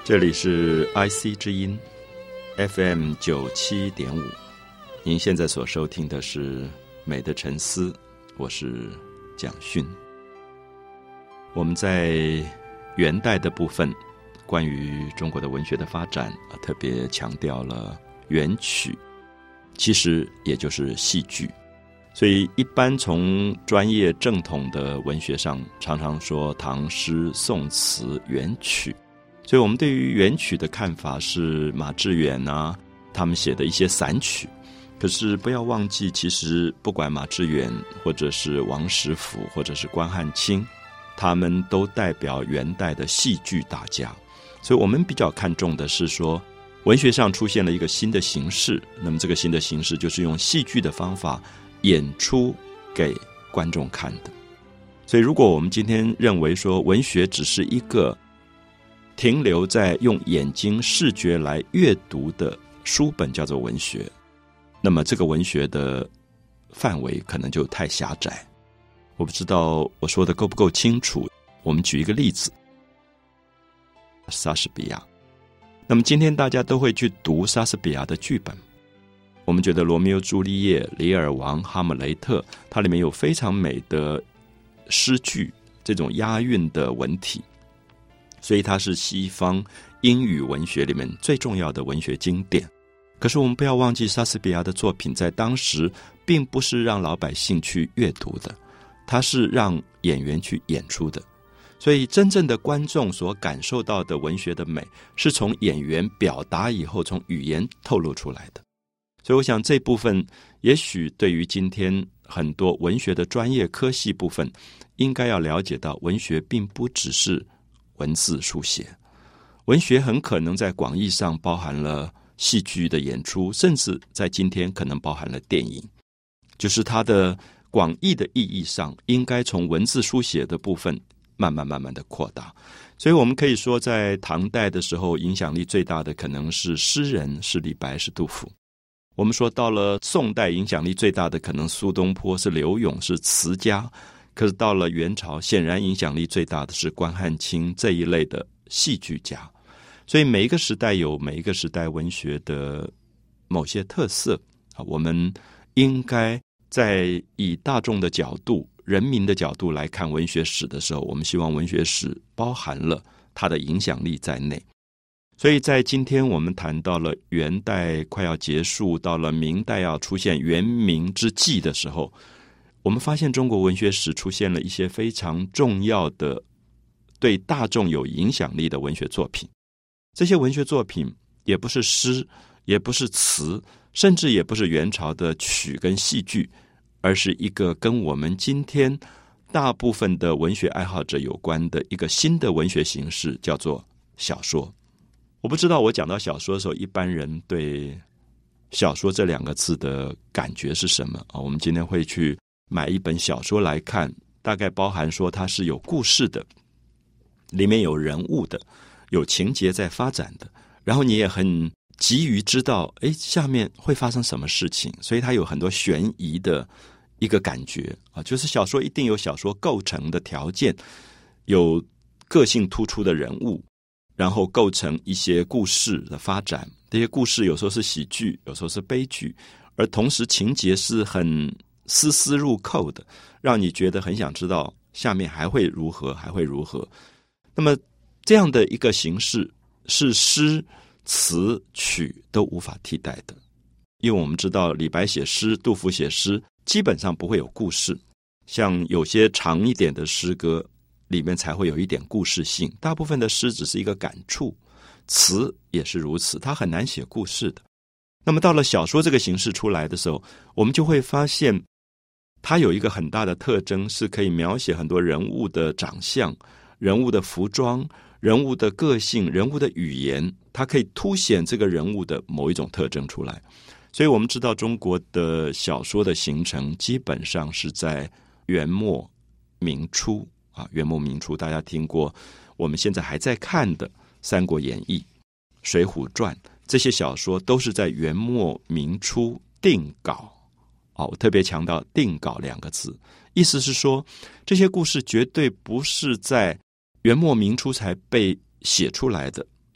这里是 IC 之音 FM 97.5，您现在所收听的是美的沉思，我是蒋勋。我们在元代的部分关于中国的文学的发展特别强调了元曲，其实也就是戏剧。所以一般从专业正统的文学上常常说唐诗宋词元曲，所以我们对于元曲的看法是马致远啊他们写的一些散曲。可是不要忘记，其实不管马致远或者是王实甫或者是关汉卿，他们都代表元代的戏剧大家。所以我们比较看重的是说文学上出现了一个新的形式，那么这个新的形式就是用戏剧的方法演出给观众看的。所以如果我们今天认为说文学只是一个停留在用眼睛视觉来阅读的书本叫做文学，那么这个文学的范围可能就太狭窄。我不知道我说的够不够清楚。我们举一个例子，莎士比亚。那么今天大家都会去读莎士比亚的剧本，我们觉得罗密欧朱丽叶、李尔王、哈姆雷特，它里面有非常美的诗句，这种押韵的文体，所以它是西方英语文学里面最重要的文学经典。可是我们不要忘记，莎士比亚的作品在当时并不是让老百姓去阅读的，它是让演员去演出的。所以真正的观众所感受到的文学的美，是从演员表达以后，从语言透露出来的。所以我想这部分也许对于今天很多文学的专业科系部分，应该要了解到，文学并不只是文字书写，文学很可能在广义上包含了戏剧的演出，甚至在今天可能包含了电影。就是它的广义的意义上，应该从文字书写的部分慢慢的扩大。所以我们可以说，在唐代的时候，影响力最大的可能是诗人，是李白，是杜甫。我们说到了宋代，影响力最大的可能苏东坡，是刘永，是词家。可是到了元朝，显然影响力最大的是关汉卿这一类的戏剧家。所以每一个时代有每一个时代文学的某些特色，我们应该在以大众的角度、人民的角度来看文学史的时候，我们希望文学史包含了它的影响力在内。所以在今天我们谈到了元代快要结束，到了明代要出现元明之际的时候，我们发现中国文学史出现了一些非常重要的对大众有影响力的文学作品。这些文学作品也不是诗，也不是词，甚至也不是元朝的曲跟戏剧，而是一个跟我们今天大部分的文学爱好者有关的一个新的文学形式，叫做小说。我不知道我讲到小说的时候，一般人对小说这两个字的感觉是什么。我们今天会去买一本小说来看，大概包含说它是有故事的，里面有人物的，有情节在发展的，然后你也很急于知道下面会发生什么事情，所以它有很多悬疑的一个感觉就是小说一定有小说构成的条件，有个性突出的人物，然后构成一些故事的发展。这些故事有时候是喜剧，有时候是悲剧，而同时情节是很丝丝入扣的，让你觉得很想知道下面还会如何，还会如何。那么这样的一个形式是诗、词、曲都无法替代的。因为我们知道李白写诗，杜甫写诗基本上不会有故事，像有些长一点的诗歌里面才会有一点故事性，大部分的诗只是一个感触，词也是如此，它很难写故事的。那么到了小说这个形式出来的时候，我们就会发现它有一个很大的特征，是可以描写很多人物的长相、人物的服装、人物的个性、人物的语言，它可以凸显这个人物的某一种特征出来。所以我们知道中国的小说的形成基本上是在元末明初元末明初大家听过我们现在还在看的《三国演义》《水浒传》，这些小说都是在元末明初定稿。我特别强调定稿两个字，意思是说这些故事绝对不是在元末明初才被写出来的，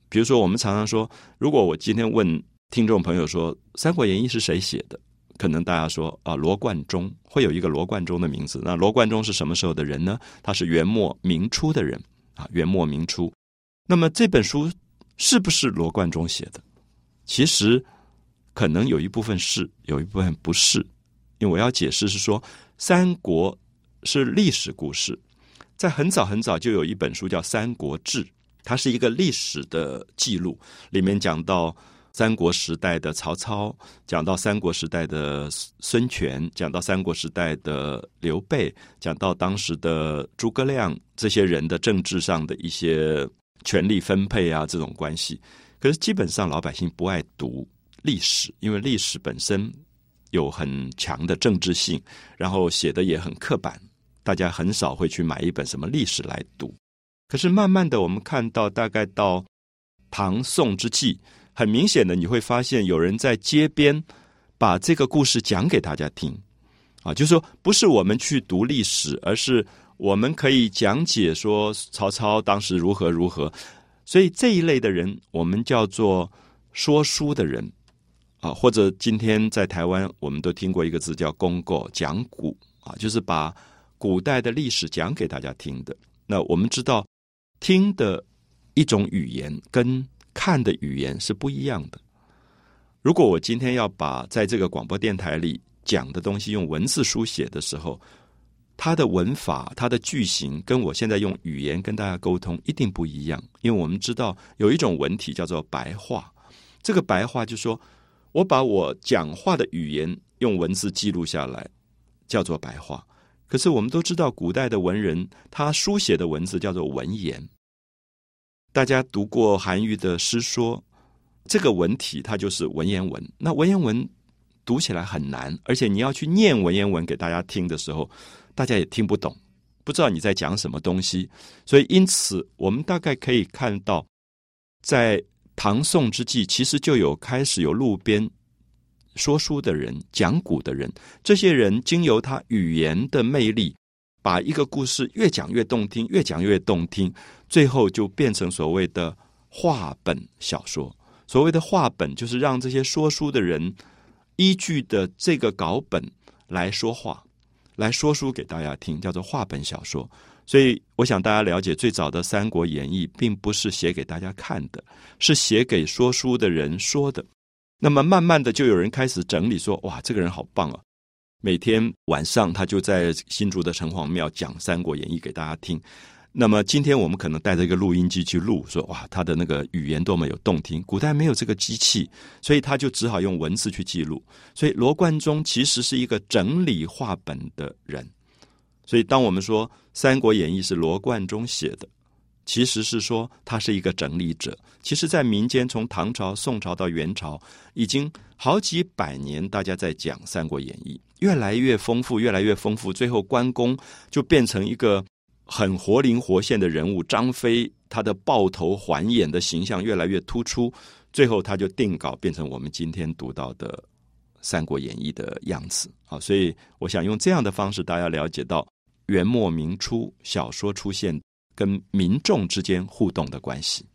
比如说我们常常说，如果我今天问听众朋友说《三国演义》是谁写的，可能大家说罗贯中，会有一个罗贯中的名字。那罗贯中是什么时候的人呢？他是元末明初的人元末明初。那么这本书是不是罗贯中写的？其实可能有一部分是，有一部分不是。因为我要解释是说，三国是历史故事，在很早很早就有一本书叫《三国志》，它是一个历史的记录，里面讲到三国时代的曹操，讲到三国时代的孙权，讲到三国时代的刘备，讲到当时的诸葛亮，这些人的政治上的一些权力分配这种关系。可是基本上老百姓不爱读历史，因为历史本身有很强的政治性，然后写的也很刻板，大家很少会去买一本什么历史来读。可是慢慢的我们看到大概到唐宋之际，很明显的你会发现有人在街边把这个故事讲给大家听就是说不是我们去读历史，而是我们可以讲解说曹操当时如何如何。所以这一类的人我们叫做说书的人或者今天在台湾我们都听过一个字叫公购，讲古就是把古代的历史讲给大家听的。那我们知道听的一种语言跟看的语言是不一样的。如果我今天要把在这个广播电台里讲的东西用文字书写的时候，它的文法它的句型跟我现在用语言跟大家沟通一定不一样。因为我们知道有一种文体叫做白话，这个白话就是说我把我讲话的语言用文字记录下来叫做白话。可是我们都知道古代的文人他书写的文字叫做文言。大家读过韩愈的诗说，这个文体它就是文言文。那文言文读起来很难，而且你要去念文言文给大家听的时候，大家也听不懂，不知道你在讲什么东西。所以因此我们大概可以看到，在唐宋之际其实就开始有路边说书的人，讲古的人，这些人经由他语言的魅力，把一个故事越讲越动听，越讲越动听，最后就变成所谓的话本小说。所谓的话本就是让这些说书的人依据的这个稿本来说话，来说书给大家听，叫做话本小说。所以我想大家了解，最早的《三国演义》并不是写给大家看的，是写给说书的人说的。那么慢慢的就有人开始整理说，哇，这个人好棒啊，每天晚上他就在新竹的城隍庙讲《三国演义》给大家听。那么今天我们可能带着一个录音机去录，说哇，他的那个语言多么有动听。古代没有这个机器，所以他就只好用文字去记录。所以罗贯中其实是一个整理话本的人。所以当我们说《三国演义》是罗贯中写的，其实是说他是一个整理者。其实在民间从唐朝宋朝到元朝已经好几百年大家在讲《三国演义》，越来越丰富越来越丰富，最后关公就变成一个很活灵活现的人物，张飞他的抱头环眼的形象越来越突出，最后他就定稿变成我们今天读到的《三国演义》的样子。好，所以我想用这样的方式大家了解到元末明初小说出现跟民众之间互动的关系。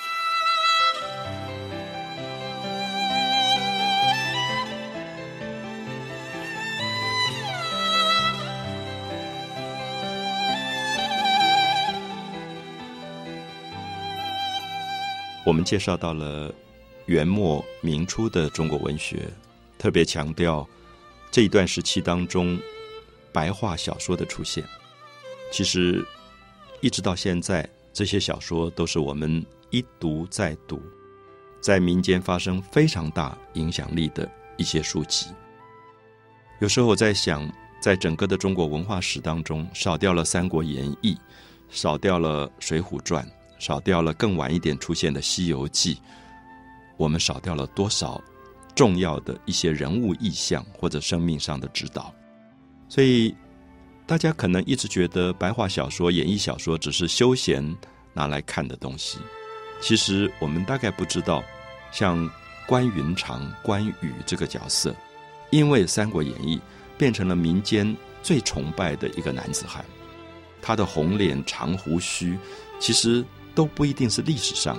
我们介绍到了元末明初的中国文学，特别强调这一段时期当中白话小说的出现。其实一直到现在，这些小说都是我们一读再读，在民间发生非常大影响力的一些书籍。有时候我在想，在整个的中国文化史当中，少掉了《三国演义》，少掉了《水浒传》，少掉了更晚一点出现的《西游记》，我们少掉了多少重要的一些人物意象或者生命上的指导。所以大家可能一直觉得白话小说、演义小说只是休闲拿来看的东西，其实我们大概不知道，像关云长、关羽这个角色，因为《三国演义》变成了民间最崇拜的一个男子汉，他的红脸长胡须其实都不一定是历史上的，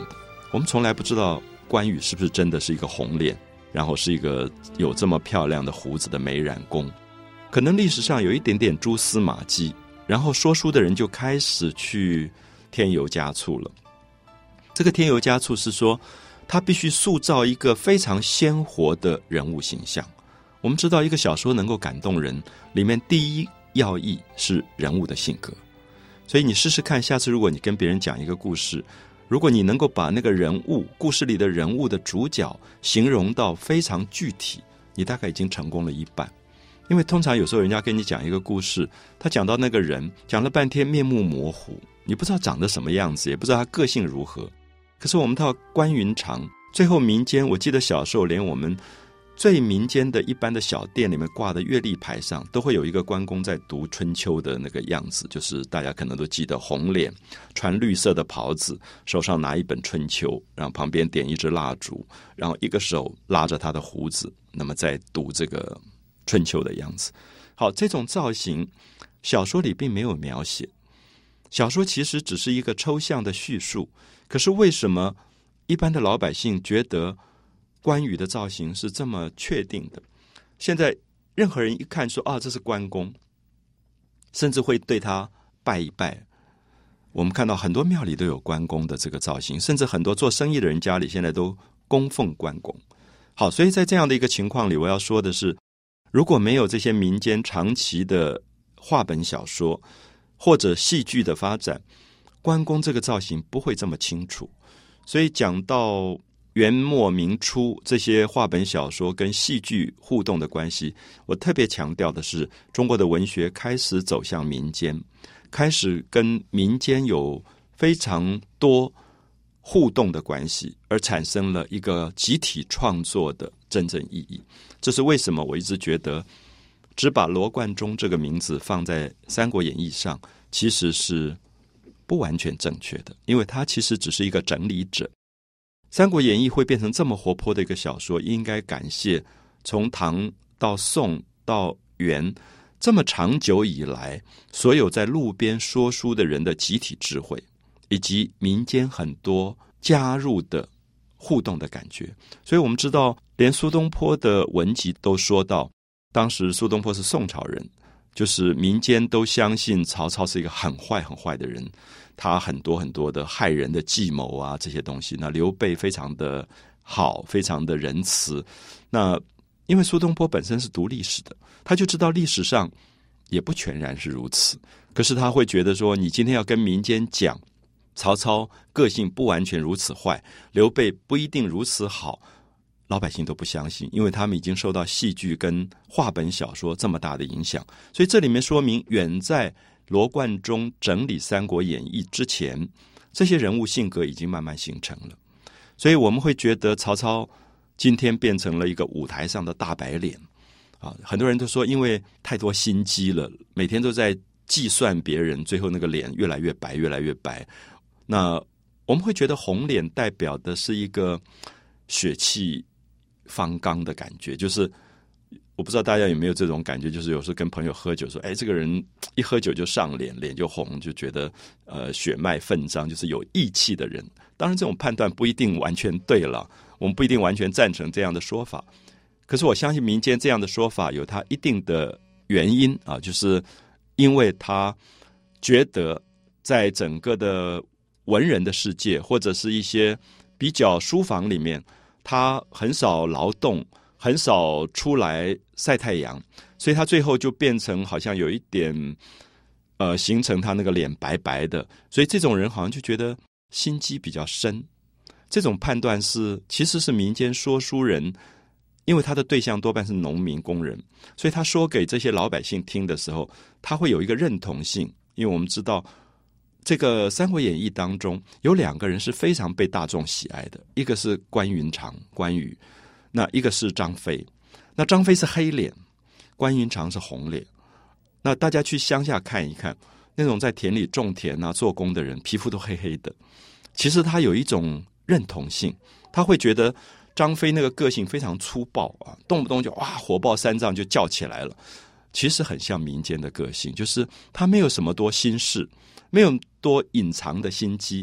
我们从来不知道关羽是不是真的是一个红脸，然后是一个有这么漂亮的胡子的美髯公。可能历史上有一点点蛛丝马迹，然后说书的人就开始去添油加醋了。这个添油加醋是说，他必须塑造一个非常鲜活的人物形象。我们知道一个小说能够感动人，里面第一要义是人物的性格。所以你试试看，下次如果你跟别人讲一个故事，如果你能够把那个人物，故事里的人物的主角形容到非常具体，你大概已经成功了一半。因为通常有时候人家跟你讲一个故事，他讲到那个人，讲了半天面目模糊，你不知道长得什么样子，也不知道他个性如何。可是我们到关云长，最后民间，我记得小时候连我们最民间的一般的小店里面挂的月历牌上都会有一个关公在读春秋的那个样子，就是大家可能都记得，红脸，穿绿色的袍子，手上拿一本春秋，然后旁边点一支蜡烛，然后一个手拉着他的胡子，那么在读这个春秋的样子。好，这种造型小说里并没有描写，小说其实只是一个抽象的叙述。可是为什么一般的老百姓觉得关羽的造型是这么确定的？现在任何人一看说这是关公，甚至会对他拜一拜。我们看到很多庙里都有关公的这个造型，甚至很多做生意的人家里现在都供奉关公。好，所以在这样的一个情况里，我要说的是，如果没有这些民间长期的话本小说或者戏剧的发展，关公这个造型不会这么清楚。所以讲到元末明初这些话本小说跟戏剧互动的关系，我特别强调的是，中国的文学开始走向民间，开始跟民间有非常多互动的关系，而产生了一个集体创作的真正意义。这是为什么我一直觉得只把罗贯中这个名字放在《三国演义》上，其实是不完全正确的，因为他其实只是一个整理者。《三国演义》会变成这么活泼的一个小说，应该感谢从唐到宋到元这么长久以来，所有在路边说书的人的集体智慧，以及民间很多加入的互动的感觉。所以我们知道，连苏东坡的文集都说到，当时苏东坡是宋朝人，就是民间都相信曹操是一个很坏很坏的人，他很多很多的害人的计谋啊，这些东西。那刘备非常的好，非常的仁慈。那因为苏东坡本身是读历史的，他就知道历史上也不全然是如此。可是他会觉得说，你今天要跟民间讲曹操个性不完全如此坏，刘备不一定如此好，老百姓都不相信，因为他们已经受到戏剧跟话本小说这么大的影响。所以这里面说明，远在罗贯中整理《三国演义》之前，这些人物性格已经慢慢形成了。所以我们会觉得曹操今天变成了一个舞台上的大白脸很多人都说，因为太多心机了，每天都在计算别人，最后那个脸越来越白，越来越白。那我们会觉得红脸代表的是一个血气方刚的感觉，就是我不知道大家有没有这种感觉，就是有时候跟朋友喝酒说，这个人一喝酒就上脸，脸就红，就觉得血脉奋张，就是有义气的人。当然这种判断不一定完全对了，我们不一定完全赞成这样的说法，可是我相信民间这样的说法有它一定的原因就是因为他觉得在整个的文人的世界，或者是一些比较书房里面，他很少劳动，很少出来晒太阳，所以他最后就变成好像有一点形成他那个脸白白的，所以这种人好像就觉得心机比较深。这种判断其实是民间说书人，因为他的对象多半是农民工人，所以他说给这些老百姓听的时候，他会有一个认同性。因为我们知道这个《三国演义》当中有两个人是非常被大众喜爱的，一个是关云长关羽，那一个是张飞。那张飞是黑脸，关云长是红脸。那大家去乡下看一看，那种在田里种田做工的人，皮肤都黑黑的，其实他有一种认同性，他会觉得张飞那个个性非常粗暴动不动就火爆三丈就叫起来了，其实很像民间的个性，就是他没有什么多心事，没有多隐藏的心机，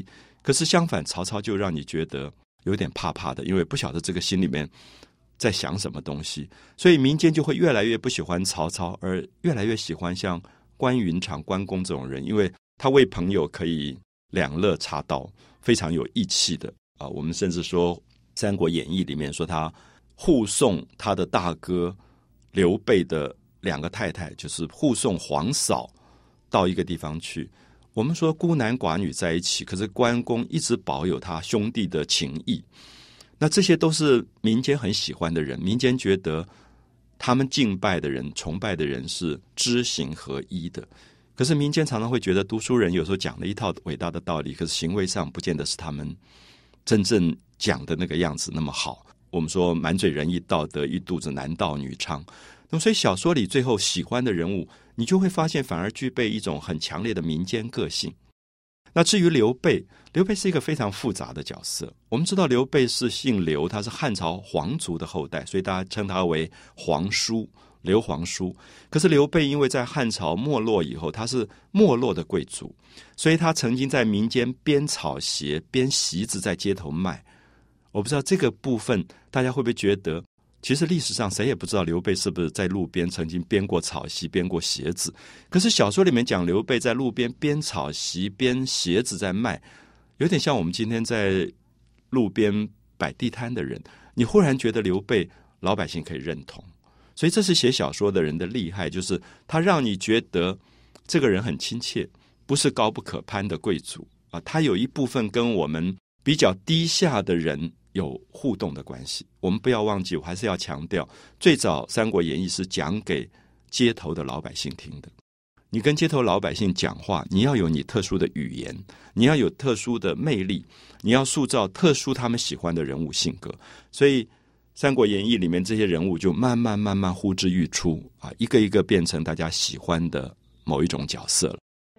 可是相反，曹操就让你觉得有点怕怕的，因为不晓得这个心里面在想什么东西，所以民间就会越来越不喜欢曹操，而越来越喜欢像关云长、关公这种人，因为他为朋友可以两肋插刀，非常有义气的啊。我们甚至说《三国演义》里面说他护送他的大哥刘备的2个太太，就是护送皇嫂到一个地方去。我们说孤男寡女在一起，可是关公一直保有他兄弟的情谊，那这些都是民间很喜欢的人，民间觉得他们敬拜的人、崇拜的人是知行合一的。可是民间常常会觉得读书人有时候讲了一套伟大的道理，可是行为上不见得是他们真正讲的那个样子那么好。我们说满嘴仁义道德，一肚子男盗女娼。那么所以小说里最后喜欢的人物，你就会发现反而具备一种很强烈的民间个性。那至于刘备，刘备是一个非常复杂的角色。我们知道刘备是姓刘，他是汉朝皇族的后代，所以大家称他为皇叔，刘皇叔。可是刘备因为在汉朝没落以后，他是没落的贵族，所以他曾经在民间编草鞋、编席子在街头卖。我不知道这个部分大家会不会觉得，其实历史上谁也不知道刘备是不是在路边曾经编过草席、编过鞋子。可是小说里面讲刘备在路边编草席、编鞋子在卖，有点像我们今天在路边摆地摊的人，你忽然觉得刘备老百姓可以认同。所以这是写小说的人的厉害，就是他让你觉得这个人很亲切，不是高不可攀的贵族啊，他有一部分跟我们比较低下的人有互动的关系。我们不要忘记，我还是要强调，最早《三国演义》是讲给街头的老百姓听的。你跟街头老百姓讲话，你要有你特殊的语言，你要有特殊的魅力，你要塑造特殊他们喜欢的人物性格。所以《三国演义》里面这些人物就慢慢呼之欲出啊，一个一个变成大家喜欢的某一种角色了。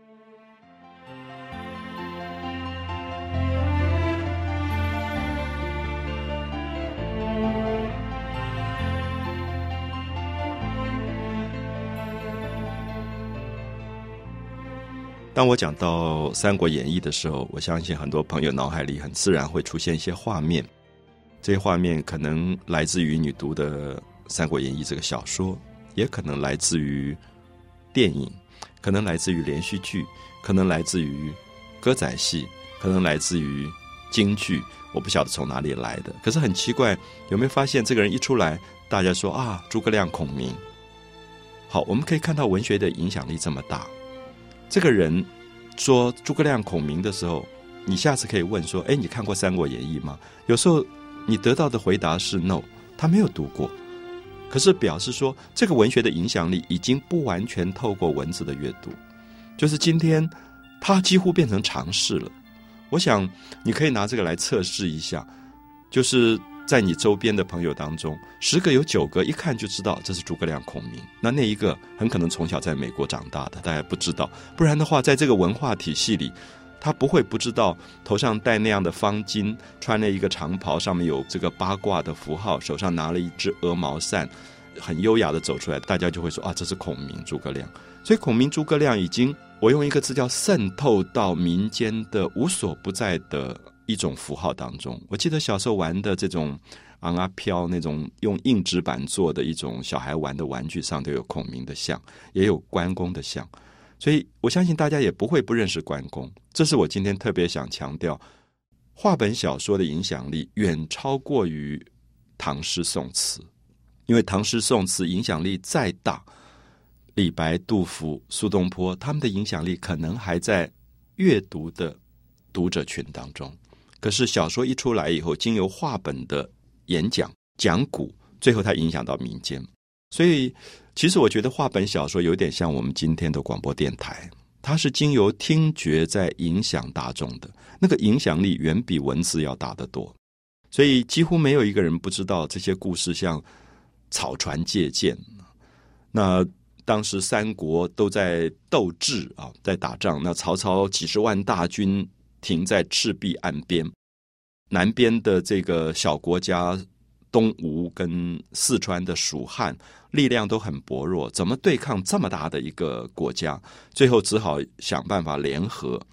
当我讲到《三国演义》的时候，我相信很多朋友脑海里很自然会出现一些画面，这些画面可能来自于你读的《三国演义》这个小说，也可能来自于电影，可能来自于连续剧，可能来自于歌仔戏，可能来自于京剧，我不晓得从哪里来的。可是很奇怪，有没有发现这个人一出来，大家说啊，诸葛亮、孔明。好，我们可以看到文学的影响力这么大。这个人说诸葛亮、孔明的时候，你下次可以问说，你看过《三国演义》吗？有时候你得到的回答是 no， 他没有读过。可是表示说，这个文学的影响力已经不完全透过文字的阅读，就是今天它几乎变成常识了。我想你可以拿这个来测试一下，就是在你周边的朋友当中，10个有9个一看就知道这是诸葛亮、孔明。那一个很可能从小在美国长大的，大家不知道。不然的话，在这个文化体系里，他不会不知道头上戴那样的方巾，穿了一个长袍，上面有这个八卦的符号，手上拿了一只鹅毛扇，很优雅的走出来，大家就会说啊，这是孔明、诸葛亮。所以孔明、诸葛亮已经，我用一个字叫渗透到民间的无所不在的一种符号当中。我记得小时候玩的这种昂啊飘，那种用硬纸板做的一种小孩玩的玩具上都有孔明的像，也有关公的像。所以我相信大家也不会不认识关公。这是我今天特别想强调，话本小说的影响力远超过于唐诗宋词。因为唐诗宋词影响力再大，李白、杜甫、苏东坡他们的影响力可能还在阅读的读者群当中。可是小说一出来以后，经由话本的演讲讲古，最后它影响到民间。所以其实我觉得话本小说有点像我们今天的广播电台，它是经由听觉在影响大众的，那个影响力远比文字要大得多。所以几乎没有一个人不知道这些故事像草船借箭。那当时三国都在斗智啊，在打仗。那曹操几十万大军停在赤壁岸边，南边的这个小国家东吴跟四川的蜀汉力量都很薄弱，怎么对抗这么大的一个国家？最后只好想办法联合。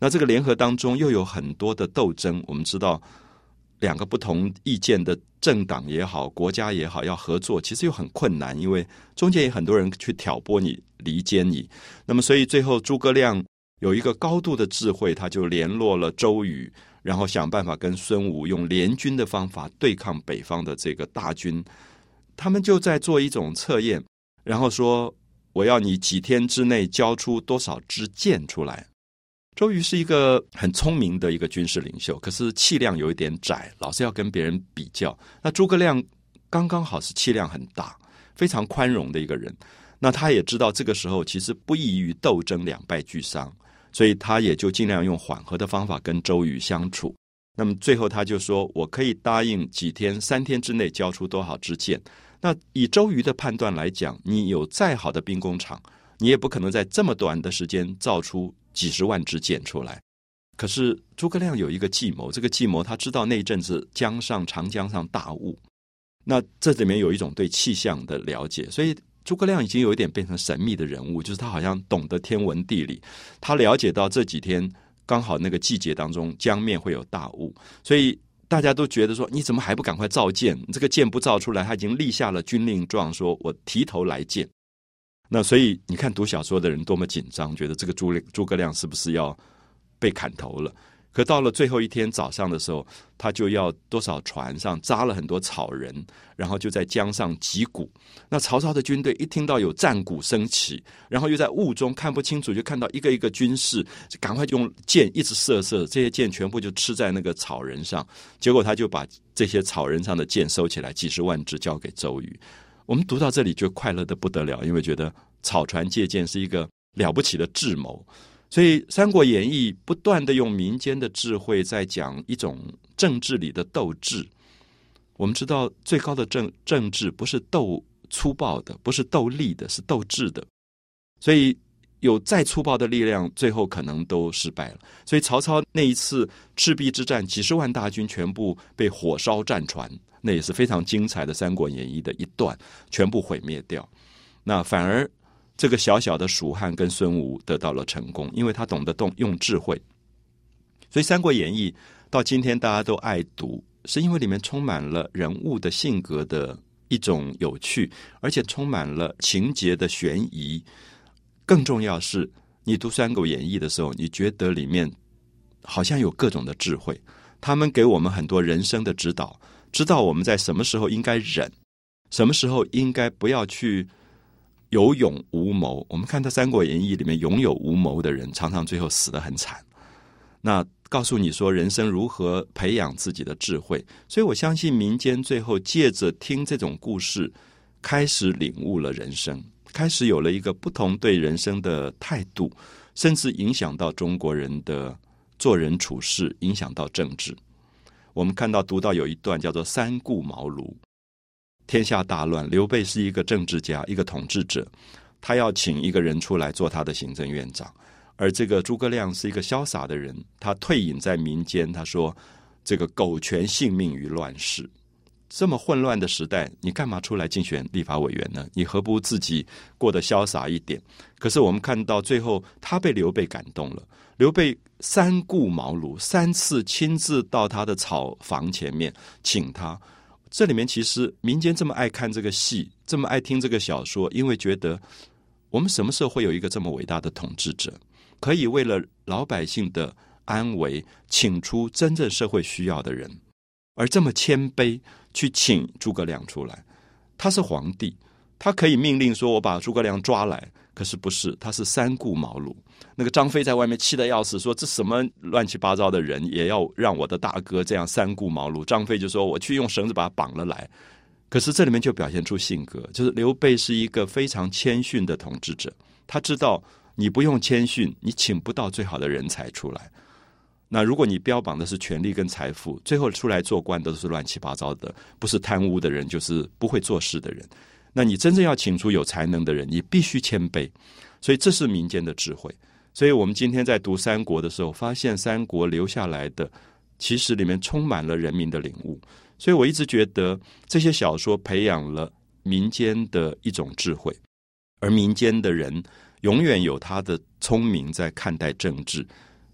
那这个联合当中又有很多的斗争，我们知道两个不同意见的政党也好，国家也好，要合作其实又很困难，因为中间有很多人去挑拨你、离间你。那么所以最后诸葛亮有一个高度的智慧，他就联络了周瑜，然后想办法跟孙吴用联军的方法对抗北方的这个大军。他们就在做一种测验，然后说我要你几天之内交出多少支箭出来。周瑜是一个很聪明的一个军事领袖，可是气量有一点窄，老是要跟别人比较。那诸葛亮刚刚好是气量很大，非常宽容的一个人。那他也知道这个时候其实不宜于斗争两败俱伤，所以他也就尽量用缓和的方法跟周瑜相处。那么最后他就说，我可以答应几天3天之内交出多少支箭。那以周瑜的判断来讲，你有再好的兵工厂，你也不可能在这么短的时间造出几十万支箭出来。可是诸葛亮有一个计谋，这个计谋他知道那一阵子长江上大雾，那这里面有一种对气象的了解，所以诸葛亮已经有一点变成神秘的人物，就是他好像懂得天文地理，他了解到这几天刚好那个季节当中江面会有大雾，所以大家都觉得说，你怎么还不赶快造箭？这个箭不造出来，他已经立下了军令状，说我提头来见。那所以你看读小说的人多么紧张，觉得这个诸葛亮是不是要被砍头了？可到了最后一天早上的时候，他就要多少船上扎了很多草人，然后就在江上击鼓。那曹操的军队一听到有战鼓升起，然后又在雾中看不清楚，就看到一个一个军士赶快用箭一直射，这些箭全部就吃在那个草人上。结果他就把这些草人上的箭收起来，几十万支交给周瑜。我们读到这里就快乐得不得了，因为觉得草船借箭是一个了不起的智谋。所以《三国演义》不断的用民间的智慧在讲一种政治里的斗智。我们知道最高的政治不是斗粗暴的，不是斗力的，是斗智的。所以有再粗暴的力量，最后可能都失败了。所以曹操那一次赤壁之战，几十万大军全部被火烧战船，那也是非常精彩的《三国演义》的一段，全部毁灭掉。那反而这个小小的蜀汉跟孙吴得到了成功，因为他懂得用智慧。所以《三国演义》到今天大家都爱读，是因为里面充满了人物的性格的一种有趣，而且充满了情节的悬疑。更重要是，你读《三国演义》的时候，你觉得里面好像有各种的智慧，他们给我们很多人生的指导，知道我们在什么时候应该忍，什么时候应该不要去有勇无谋。我们看到《三国演义》里面勇有无谋的人，常常最后死得很惨。那告诉你说人生如何培养自己的智慧。所以我相信民间最后借着听这种故事，开始领悟了人生，开始有了一个不同对人生的态度，甚至影响到中国人的做人处事，影响到政治。我们读到有一段叫做三顾茅庐，天下大乱，刘备是一个政治家，一个统治者，他要请一个人出来做他的行政院长。而这个诸葛亮是一个潇洒的人，他退隐在民间，他说这个苟全性命于乱世。这么混乱的时代，你干嘛出来竞选立法委员呢？你何不自己过得潇洒一点？可是我们看到最后他被刘备感动了，刘备三顾茅庐，3次亲自到他的草房前面请他。这里面其实民间这么爱看这个戏，这么爱听这个小说，因为觉得我们什么时候会有一个这么伟大的统治者，可以为了老百姓的安危请出真正社会需要的人，而这么谦卑去请诸葛亮出来。他是皇帝，他可以命令说我把诸葛亮抓来，可是不是，他是三顾茅庐。那个张飞在外面气得要死，说这什么乱七八糟的人也要让我的大哥这样三顾茅庐。张飞就说我去用绳子把他绑了来。可是这里面就表现出性格，就是刘备是一个非常谦逊的统治者，他知道你不用谦逊，你请不到最好的人才出来。那如果你标榜的是权力跟财富，最后出来做官都是乱七八糟的，不是贪污的人就是不会做事的人。那你真正要请出有才能的人，你必须谦卑。所以这是民间的智慧。所以我们今天在读三国的时候，发现三国留下来的其实里面充满了人民的领悟。所以我一直觉得这些小说培养了民间的一种智慧，而民间的人永远有他的聪明在看待政治。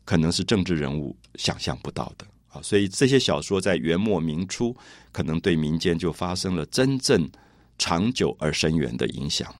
可能是政治人物想象不到的啊。所以这些小说在元末明初，可能对民间就发生了真正长久而深远的影响。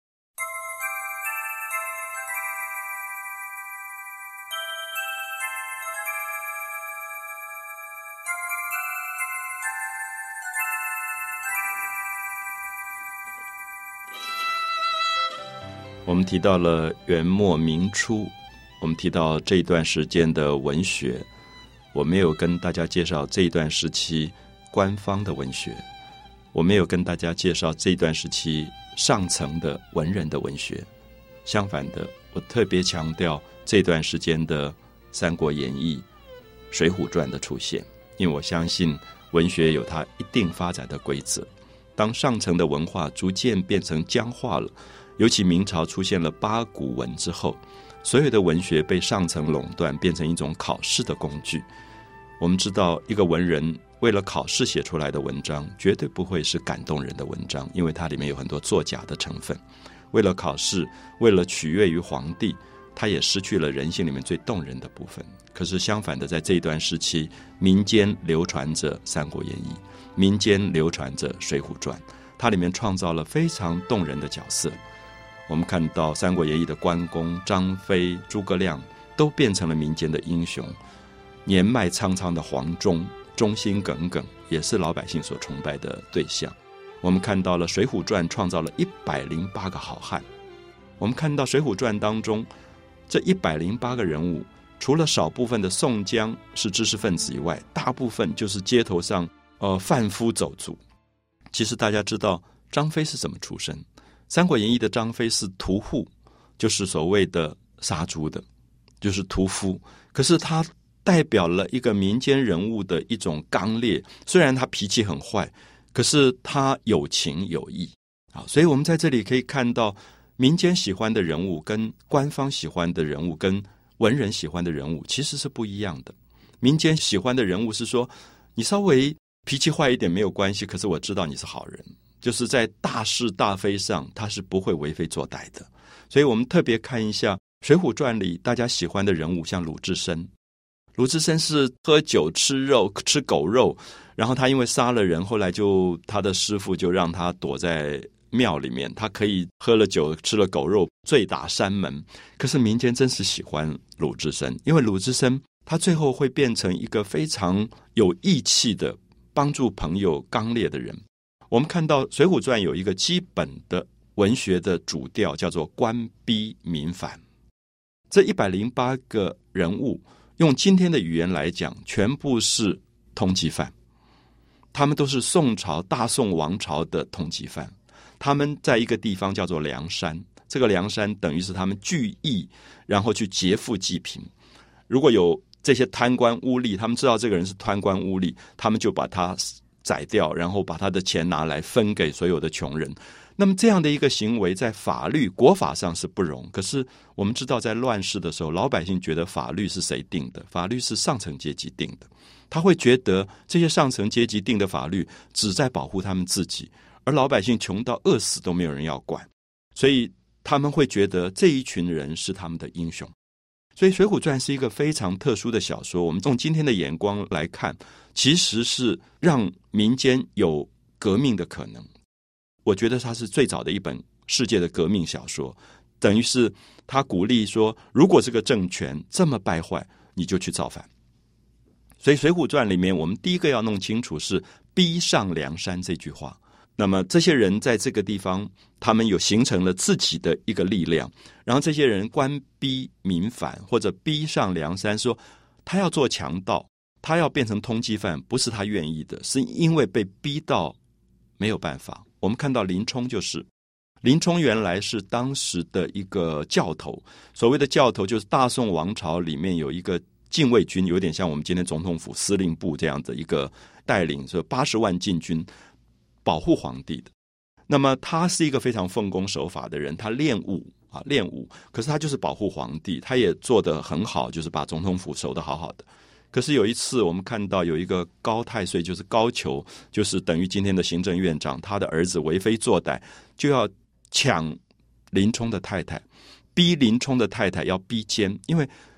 我们提到了元末明初，我们提到这一段时间的文学，我没有跟大家介绍这一段时期官方的文学，我没有跟大家介绍这一段时期上层的文人的文学。相反的，我特别强调这段时间的《三国演义》《水浒传》的出现，因为我相信文学有它一定发展的规则。当上层的文化逐渐变成僵化了，尤其明朝出现了八股文之后，所有的文学被上层垄断，变成一种考试的工具。我们知道，一个文人为了考试写出来的文章，绝对不会是感动人的文章，因为它里面有很多作假的成分。为了考试，为了取悦于皇帝，他也失去了人性里面最动人的部分。可是相反的，在这一段时期，民间流传着《三国演义》，民间流传着《水浒传》，它里面创造了非常动人的角色。我们看到《三国演义》的关公、张飞、诸葛亮都变成了民间的英雄，年迈苍苍的黄忠忠心耿耿，也是老百姓所崇拜的对象。我们看到了《水浒传》创造了108个好汉。我们看到《水浒传》当中这108个人物，除了少部分的宋江是知识分子以外，大部分就是街头上贩夫走卒。其实大家知道张飞是怎么出身？《三国演义》的张飞是屠户，就是所谓的杀猪的，就是屠夫。可是他代表了一个民间人物的一种刚烈，虽然他脾气很坏，可是他有情有义。所以我们在这里可以看到，民间喜欢的人物跟官方喜欢的人物跟文人喜欢的人物其实是不一样的。民间喜欢的人物是说，你稍微脾气坏一点没有关系，可是我知道你是好人，就是在大是大非上他是不会为非作歹的。所以我们特别看一下《水浒传》里大家喜欢的人物，像鲁智深。鲁智深是喝酒吃肉吃狗肉，然后他因为杀了人，后来他的师父就让他躲在庙里面，他可以喝了酒吃了狗肉醉打山门。可是民间真是喜欢鲁智深，因为鲁智深他最后会变成一个非常有义气的帮助朋友刚烈的人。我们看到《水浒传》有一个基本的文学的主调，叫做官逼民反。这108个人物用今天的语言来讲，全部是通缉犯，他们都是宋朝大宋王朝的通缉犯。他们在一个地方叫做梁山，这个梁山等于是他们聚义，然后去劫富济贫。如果有这些贪官污吏，他们知道这个人是贪官污吏，他们就把他宰掉，然后把他的钱拿来分给所有的穷人。那么这样的一个行为在法律国法上是不容，可是我们知道在乱世的时候，老百姓觉得法律是谁定的？法律是上层阶级定的，他会觉得这些上层阶级定的法律只在保护他们自己，而老百姓穷到饿死都没有人要管，所以他们会觉得这一群人是他们的英雄。所以《水浒传》是一个非常特殊的小说，我们用今天的眼光来看，其实是让民间有革命的可能。我觉得它是最早的一本世界的革命小说，等于是他鼓励说，如果这个政权这么败坏，你就去造反。所以《水浒传》里面我们第一个要弄清楚是逼上梁山这句话。那么这些人在这个地方，他们有形成了自己的一个力量，然后这些人官逼民反，或者逼上梁山，说他要做强盗，他要变成通缉犯，不是他愿意的，是因为被逼到没有办法。我们看到林冲林冲原来是当时的一个教头，所谓的教头就是大宋王朝里面有一个禁卫军，有点像我们今天总统府司令部这样的一个带领，说80万禁军保护皇帝的。那么他是一个非常奉公守法的人，他练武，可是他就是保护皇帝，他也做得很好，就是把总统府守得好好的。可是有一次我们看到有一个高太岁，就是高俅，就是等于今天的行政院长，他的儿子为非作歹，就要抢林冲的太太，逼林冲的太太要逼奸，因为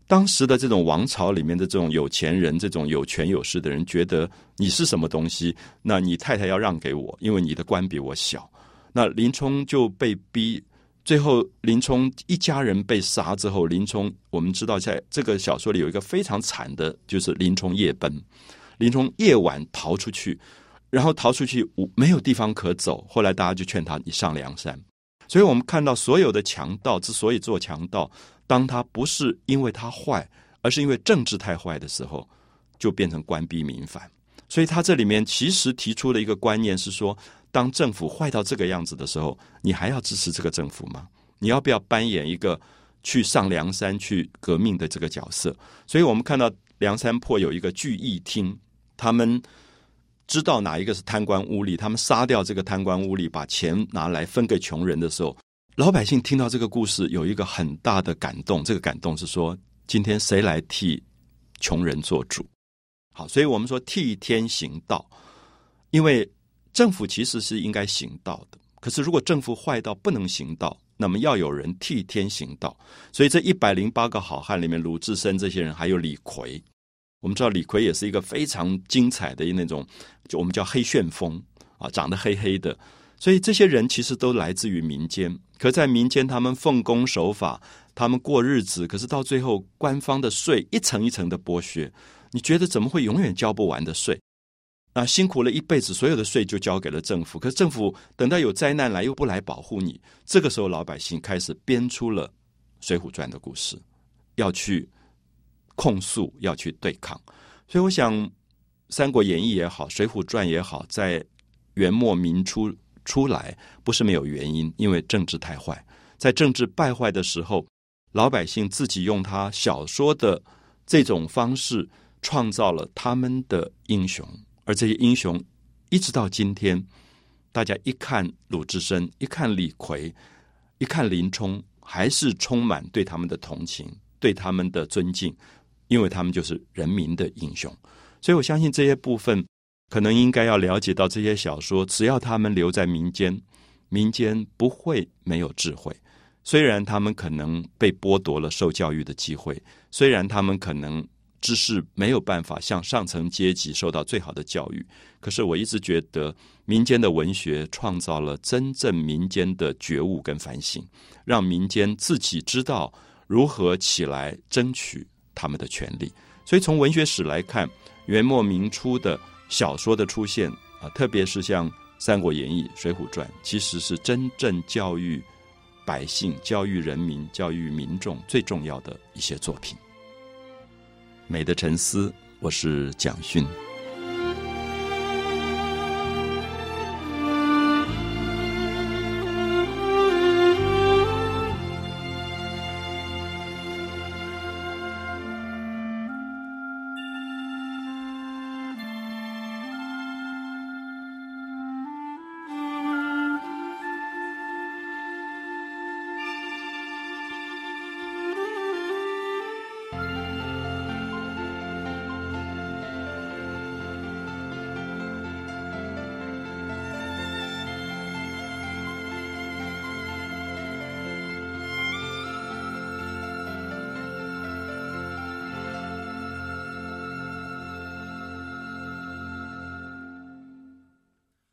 当时的这种王朝里面的这种有钱人，这种有权有势的人，觉得你是什么东西，那你太太要让给我，因为你的官比我小。那林冲就被逼，最后林冲一家人被杀之后，林冲我们知道在这个小说里有一个非常惨的，就是林冲夜奔。林冲夜晚逃出去，然后逃出去没有地方可走，后来大家就劝他你上梁山。所以我们看到所有的强盗之所以做强盗，当他不是因为他坏，而是因为政治太坏的时候，就变成官逼民反。所以他这里面其实提出了一个观念是说，当政府坏到这个样子的时候，你还要支持这个政府吗？你要不要扮演一个去上梁山去革命的这个角色？所以我们看到梁山泊有一个聚义厅，他们知道哪一个是贪官污吏，他们杀掉这个贪官污吏，把钱拿来分给穷人的时候，老百姓听到这个故事有一个很大的感动，这个感动是说，今天谁来替穷人做主？好，所以我们说替天行道，因为政府其实是应该行道的，可是如果政府坏到不能行道，那么要有人替天行道。所以这108个好汉里面，鲁智深这些人，还有李逵，我们知道李逵也是一个非常精彩的那种，就我们叫黑旋风啊，长得黑黑的。所以这些人其实都来自于民间，可在民间他们奉公守法，他们过日子，可是到最后官方的税一层一层的剥削，你觉得怎么会永远交不完的税？辛苦了一辈子，所有的税就交给了政府，可是政府等到有灾难来又不来保护你，这个时候老百姓开始编出了水浒传的故事，要去控诉，要去对抗。所以我想三国演义也好，水浒传也好，在元末明初出来不是没有原因，因为政治太坏，在政治败坏的时候，老百姓自己用他小说的这种方式创造了他们的英雄，而这些英雄一直到今天，大家一看鲁智深，一看李逵，一看林冲，还是充满对他们的同情，对他们的尊敬，因为他们就是人民的英雄。所以我相信这些部分可能应该要了解到，这些小说只要他们留在民间，民间不会没有智慧。虽然他们可能被剥夺了受教育的机会，虽然他们可能知识没有办法像上层阶级受到最好的教育，可是我一直觉得民间的文学创造了真正民间的觉悟跟反省，让民间自己知道如何起来争取他们的权利。所以从文学史来看，元末明初的小说的出现特别是像《三国演义》《水浒传》，其实是真正教育百姓、教育人民、教育民众最重要的一些作品。美的沉思，我是蒋勋。